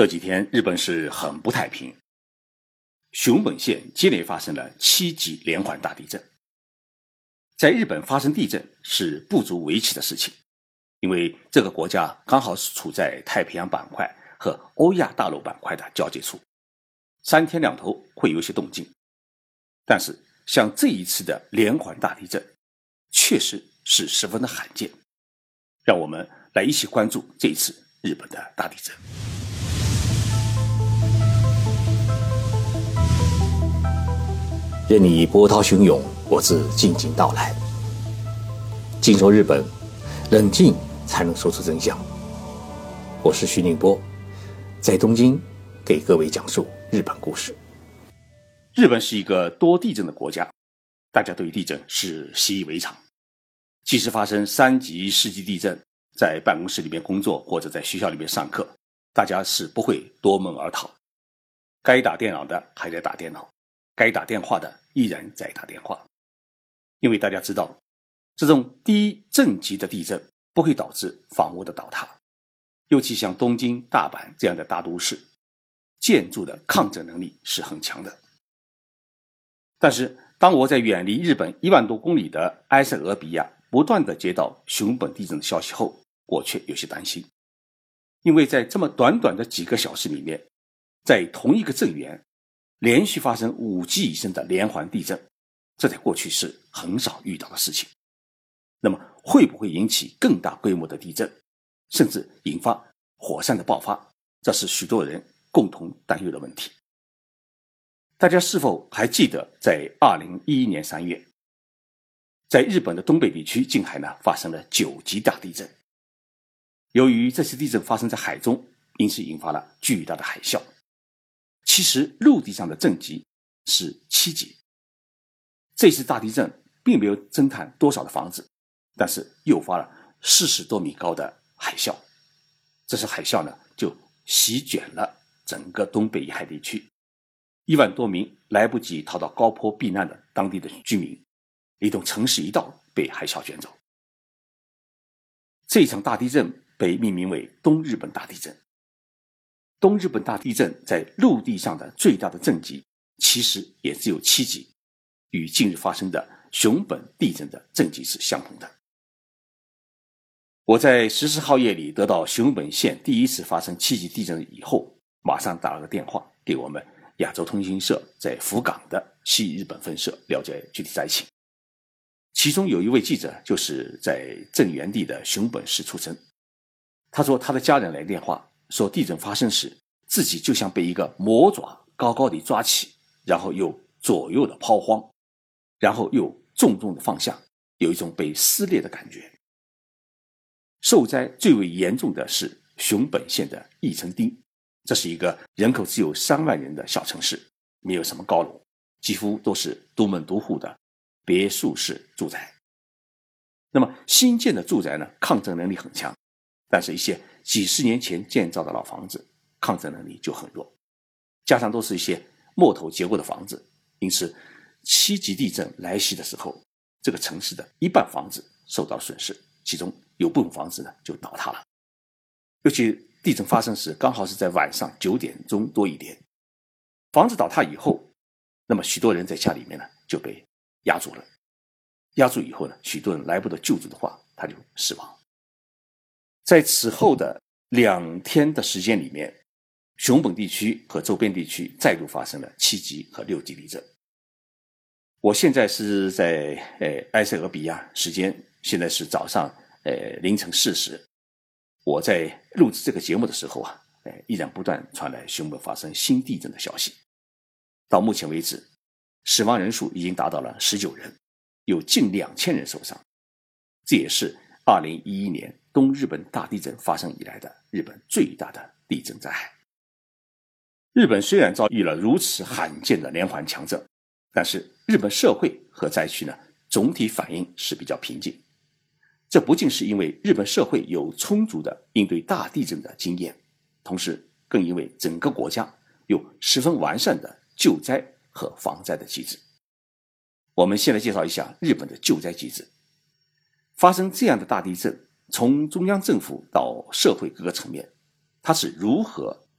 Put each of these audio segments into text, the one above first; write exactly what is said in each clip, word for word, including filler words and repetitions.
这几天日本是很不太平，熊本县接连发生了七级连环大地震。在日本发生地震是不足为奇的事情，因为这个国家刚好是处在太平洋板块和欧亚大陆板块的交界处，三天两头会有一些动静。但是像这一次的连环大地震确实是十分的罕见，让我们来一起关注这一次日本的大地震。 任你波涛汹涌，我自静静到来。静说日本，冷静才能说出真相。我是徐宁波，在东京给各位讲述日本故事。 日本是一个多地震的国家，大家对地震是习以为常。即使发生三级、四级地震，在办公室里面工作或者在学校里面上课，大家是不会夺门而逃。该打电脑的还在打电脑，该打电话的依然在打电话。因为大家知道，这种低震级的地震不会导致房屋的倒塌，尤其像东京、大阪这样的大都市，建筑的抗震能力是很强的。但是当我在远离日本一万多公里的埃塞俄比亚不断地接到熊本地震的消息后，我却有些担心。因为在这么短短的几个小时里面，在同一个震源连续发生五级以上的连环地震，这在过去是很少遇到的事情。那么会不会引起更大规模的地震，甚至引发火山的爆发，这是许多人共同担忧的问题。大家是否还记得在二零一一年三月，在日本的东北地区近海呢发生了九级大地震。由于这次地震发生在海中，因此引发了巨大的海啸。其实陆地上的震级是七级。这次大地震并没有震塌多少的房子，但是诱发了四十多米高的海啸。这次海啸呢就席卷了整个东北沿海地区，一万多名来不及逃到高坡避难的当地的居民，一栋城市一道被海啸卷走。这场大地震被命名为东日本大地震。东日本大地震在陆地上的最大的震级其实也只有七级，与近日发生的熊本地震的震级是相同的。我在十四号夜里得到熊本县第一次发生七级地震以后，马上打了个电话给我们亚洲通讯社在福冈的西日本分社了解具体灾情。其中有一位记者就是在震源地的熊本市出生，他说他的家人来电话说，地震发生时自己就像被一个魔爪高高地抓起，然后又左右的抛荒，然后又重重的放下，有一种被撕裂的感觉。受灾最为严重的是熊本县的义城町，这是一个人口只有三万人的小城市，没有什么高楼，几乎都是独门独户的别墅式住宅。那么新建的住宅呢，抗震能力很强，但是一些几十年前建造的老房子抗震能力就很弱，加上都是一些木头结构的房子，因此七级地震来袭的时候，这个城市的一半房子受到损失，其中有部分房子呢就倒塌了。尤其地震发生时刚好是在晚上九点钟多一点，房子倒塌以后，那么许多人在家里面呢就被压住了，压住以后呢，许多人来不得救助的话，他就死亡。在此后的两天的时间里面，熊本地区和周边地区再度发生了七级和六级地震。我现在是在呃埃塞俄比亚，时间现在是早上呃凌晨四时。我在录制这个节目的时候啊，呃依然不断传来熊本发生新地震的消息。到目前为止，死亡人数已经达到了十九人，有近两千人受伤。这也是二零一一年东日本大地震发生以来的日本最大的地震灾害。日本虽然遭遇了如此罕见的连环强震，但是日本社会和灾区呢，总体反应是比较平静。这不仅是因为日本社会有充足的应对大地震的经验，同时更因为整个国家有十分完善的救灾和防灾的机制。我们先来介绍一下日本的救灾机制。发生这样的大地震，从中央政府到社会各个层面，它是如何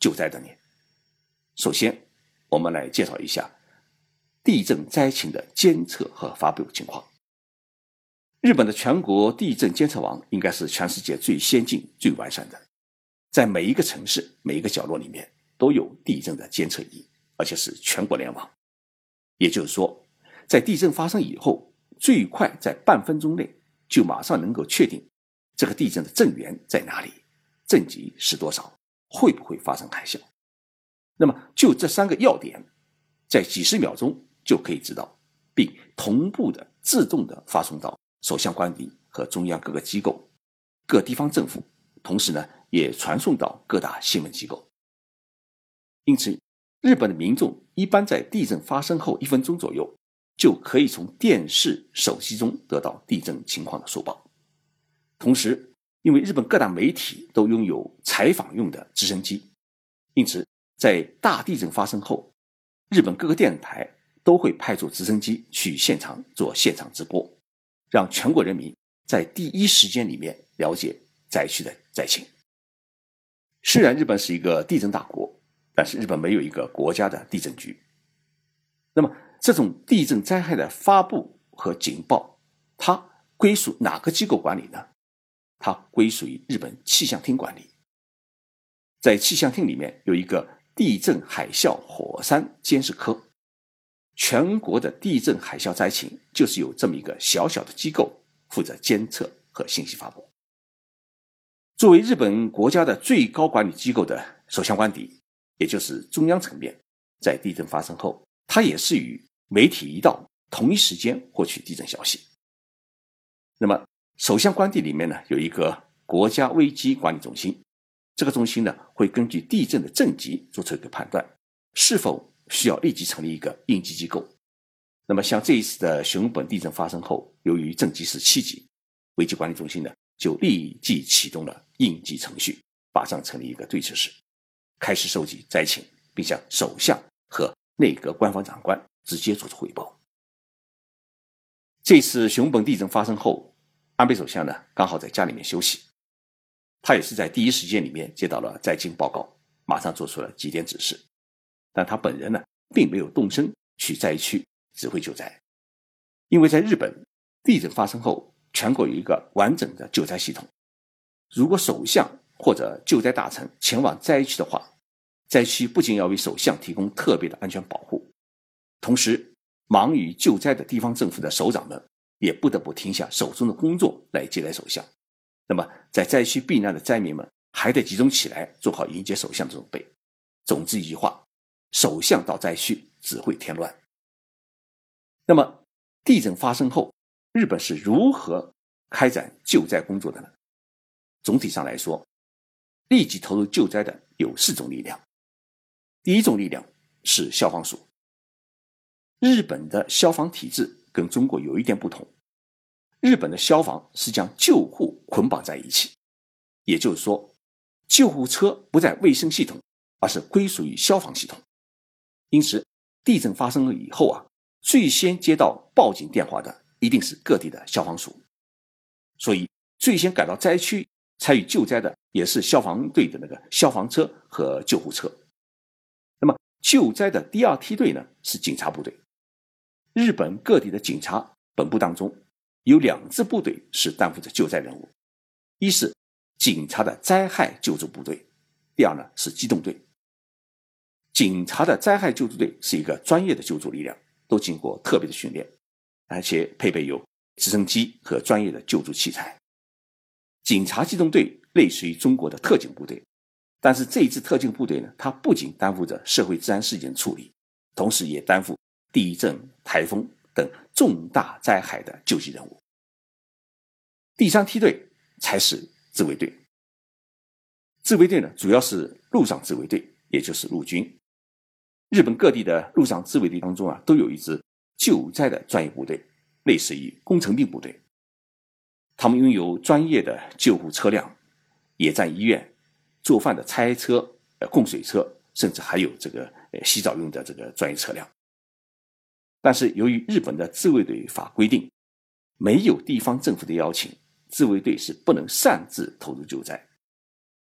救灾的年。首先，我们来介绍一下地震灾情的监测和发布情况。日本的全国地震监测网应该是全世界最先进、最完善的，在每一个城市、每一个角落里面都有地震的监测仪，而且是全国联网。也就是说，在地震发生以后，最快在半分钟内就马上能够确定这个地震的震源在哪里，震级是多少，会不会发生海啸。那么就这三个要点，在几十秒钟就可以知道，并同步的自动的发送到首相官邸和中央各个机构、各地方政府，同时呢也传送到各大新闻机构。因此，日本的民众一般在地震发生后一分钟左右，就可以从电视、手机中得到地震情况的速报。同时，因为日本各大媒体都拥有采访用的直升机，因此在大地震发生后，日本各个电视台都会派出直升机去现场做现场直播，让全国人民在第一时间里面了解灾区的灾情。虽然日本是一个地震大国，但是日本没有一个国家的地震局。那么这种地震灾害的发布和警报，它归属哪个机构管理呢？它归属于日本气象厅管理。在气象厅里面有一个地震海啸火山监视科，全国的地震海啸灾情就是由这么一个小小的机构负责监测和信息发布。作为日本国家的最高管理机构的首相官邸，也就是中央层面，在地震发生后，它也是与媒体一道同一时间获取地震消息。那么首相官邸里面呢，有一个国家危机管理中心，这个中心呢会根据地震的震级做出一个判断，是否需要立即成立一个应急机构。那么像这一次的熊本地震发生后，由于震级是七级，危机管理中心呢就立即启动了应急程序，马上成立一个对策室，开始收集灾情，并向首相和内阁官方长官直接做出汇报。这次熊本地震发生后，安倍首相呢刚好在家里面休息，他也是在第一时间里面接到了灾情报告，马上做出了几点指示，但他本人呢并没有动身去灾区指挥救灾。因为在日本，地震发生后全国有一个完整的救灾系统，如果首相或者救灾大臣前往灾区的话，灾区不仅要为首相提供特别的安全保护，同时忙于救灾的地方政府的首长们也不得不停下手中的工作来接待首相。那么在灾区避难的灾民们还得集中起来做好迎接首相的准备。总之一句话，首相到灾区只会添乱。那么地震发生后，日本是如何开展救灾工作的呢？总体上来说，立即投入救灾的有四种力量。第一种力量是消防署。日本的消防体制跟中国有一点不同，日本的消防是将救护捆绑在一起，也就是说，救护车不在卫生系统，而是归属于消防系统。因此地震发生了以后啊，最先接到报警电话的一定是各地的消防署，所以最先赶到灾区参与救灾的也是消防队的那个消防车和救护车。那么救灾的第二梯队呢是警察部队。日本各地的警察本部当中有两支部队是担负着救灾任务，一是警察的灾害救助部队，第二呢是机动队。警察的灾害救助队是一个专业的救助力量，都经过特别的训练，而且配备有直升机和专业的救助器材。警察机动队类似于中国的特警部队，但是这一支特警部队呢，它不仅担负着社会治安事件处理，同时也担负地震、台风等重大灾害的救济任务。第三梯队才是自卫队。自卫队呢，主要是陆上自卫队，也就是陆军。日本各地的陆上自卫队当中啊，都有一支救灾的专业部队，类似于工程兵部队。他们拥有专业的救护车辆、野战医院、做饭的差车、供水车，甚至还有这个洗澡用的这个专业车辆。但是由于日本的自卫队法规定，没有地方政府的邀请，自卫队是不能擅自投入救灾。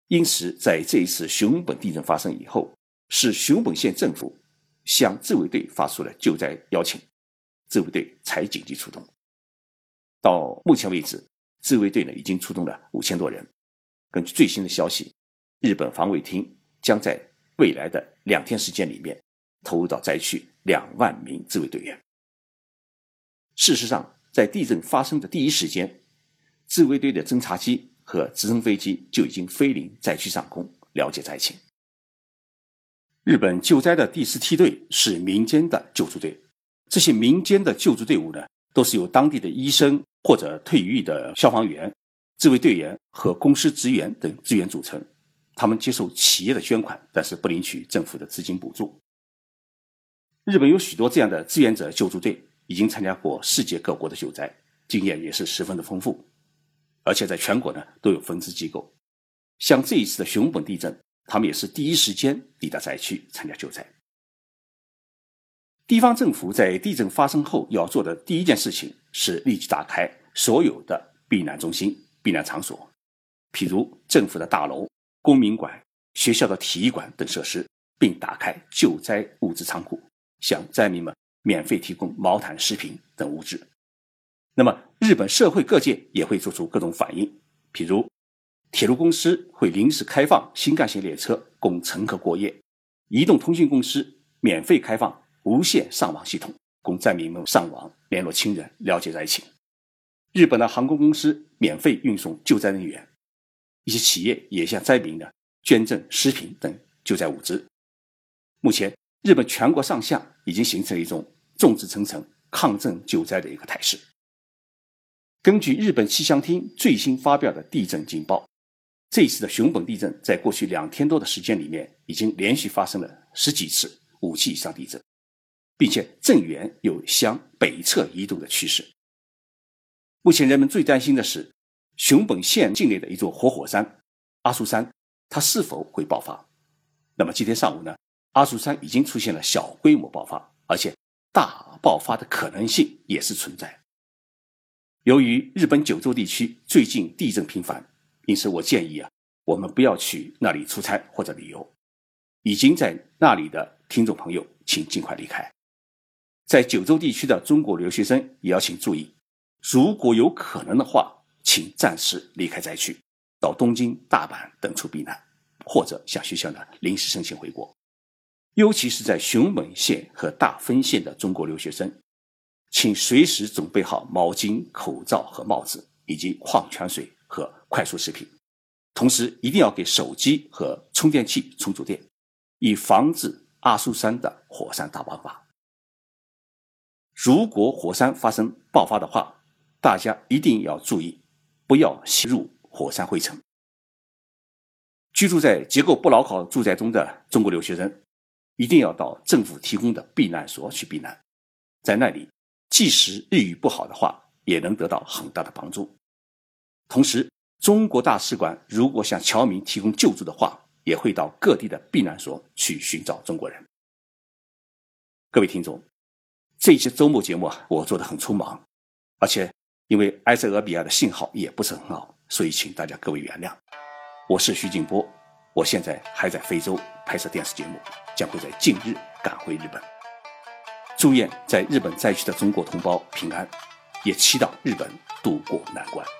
因此在这一次熊本地震发生以后，是熊本县政府向自卫队发出了救灾邀请，自卫队才紧急出动。到目前为止，自卫队呢已经出动了五千多人。根据最新的消息，日本防卫厅将在未来的两天时间里面投入到灾区两万名自卫队员。事实上，在地震发生的第一时间，自卫队的侦察机和直升飞机就已经飞临灾区上空了解灾情。日本救灾的第四梯队是民间的救助队，这些民间的救助队伍呢，都是由当地的医生或者退役的消防员、自卫队员和公司职员等资源组成。他们接受企业的捐款，但是不领取政府的资金补助。日本有许多这样的志愿者救助队，已经参加过世界各国的救灾，经验也是十分的丰富，而且在全国呢都有分支机构。像这一次的熊本地震，他们也是第一时间抵达灾区参加救灾。地方政府在地震发生后要做的第一件事情是立即打开所有的避难中心、避难场所，譬如政府的大楼、公民馆、学校的体育馆等设施，并打开救灾物资仓库，向灾民们免费提供毛毯、食品等物资。那么日本社会各界也会做出各种反应，譬如铁路公司会临时开放新干线列车供乘客过夜，移动通讯公司免费开放无线上网系统供灾民们上网联络亲人、了解灾情。日本的航空公司免费运送救灾人员，一些企业也向灾民呢捐赠食品等救灾物资。目前日本全国上下已经形成了一种众志成城抗震救灾的一个态势。根据日本气象厅最新发表的地震警报，这一次的熊本地震在过去两天多的时间里面，已经连续发生了十几次五级以上地震，并且震源有向北侧移动的趋势。目前人们最担心的是熊本县境内的一座活火山阿苏山，它是否会爆发。那么今天上午呢，阿苏山已经出现了小规模爆发，而且大爆发的可能性也是存在。由于日本九州地区最近地震频繁，因此我建议啊，我们不要去那里出差或者旅游。已经在那里的听众朋友，请尽快离开。在九州地区的中国留学生也要请注意，如果有可能的话，请暂时离开灾区，到东京、大阪等处避难，或者向学校呢临时申请回国。尤其是在熊本县和大分县的中国留学生，请随时准备好毛巾、口罩和帽子，以及矿泉水和快速食品。同时一定要给手机和充电器充足电，以防止阿苏山的火山大爆发。如果火山发生爆发的话，大家一定要注意，不要吸入火山灰尘。居住在结构不牢靠住宅中的中国留学生，一定要到政府提供的避难所去避难，在那里即使日语不好的话，也能得到很大的帮助。同时，中国大使馆如果向侨民提供救助的话，也会到各地的避难所去寻找中国人。各位听众，这一期周末节目啊，我做得很匆忙，而且因为埃塞俄比亚的信号也不是很好，所以请大家各位原谅。我是徐静波，我现在还在非洲拍摄电视节目，将会在近日赶回日本。祝愿在日本灾区的中国同胞平安，也祈祷日本渡过难关。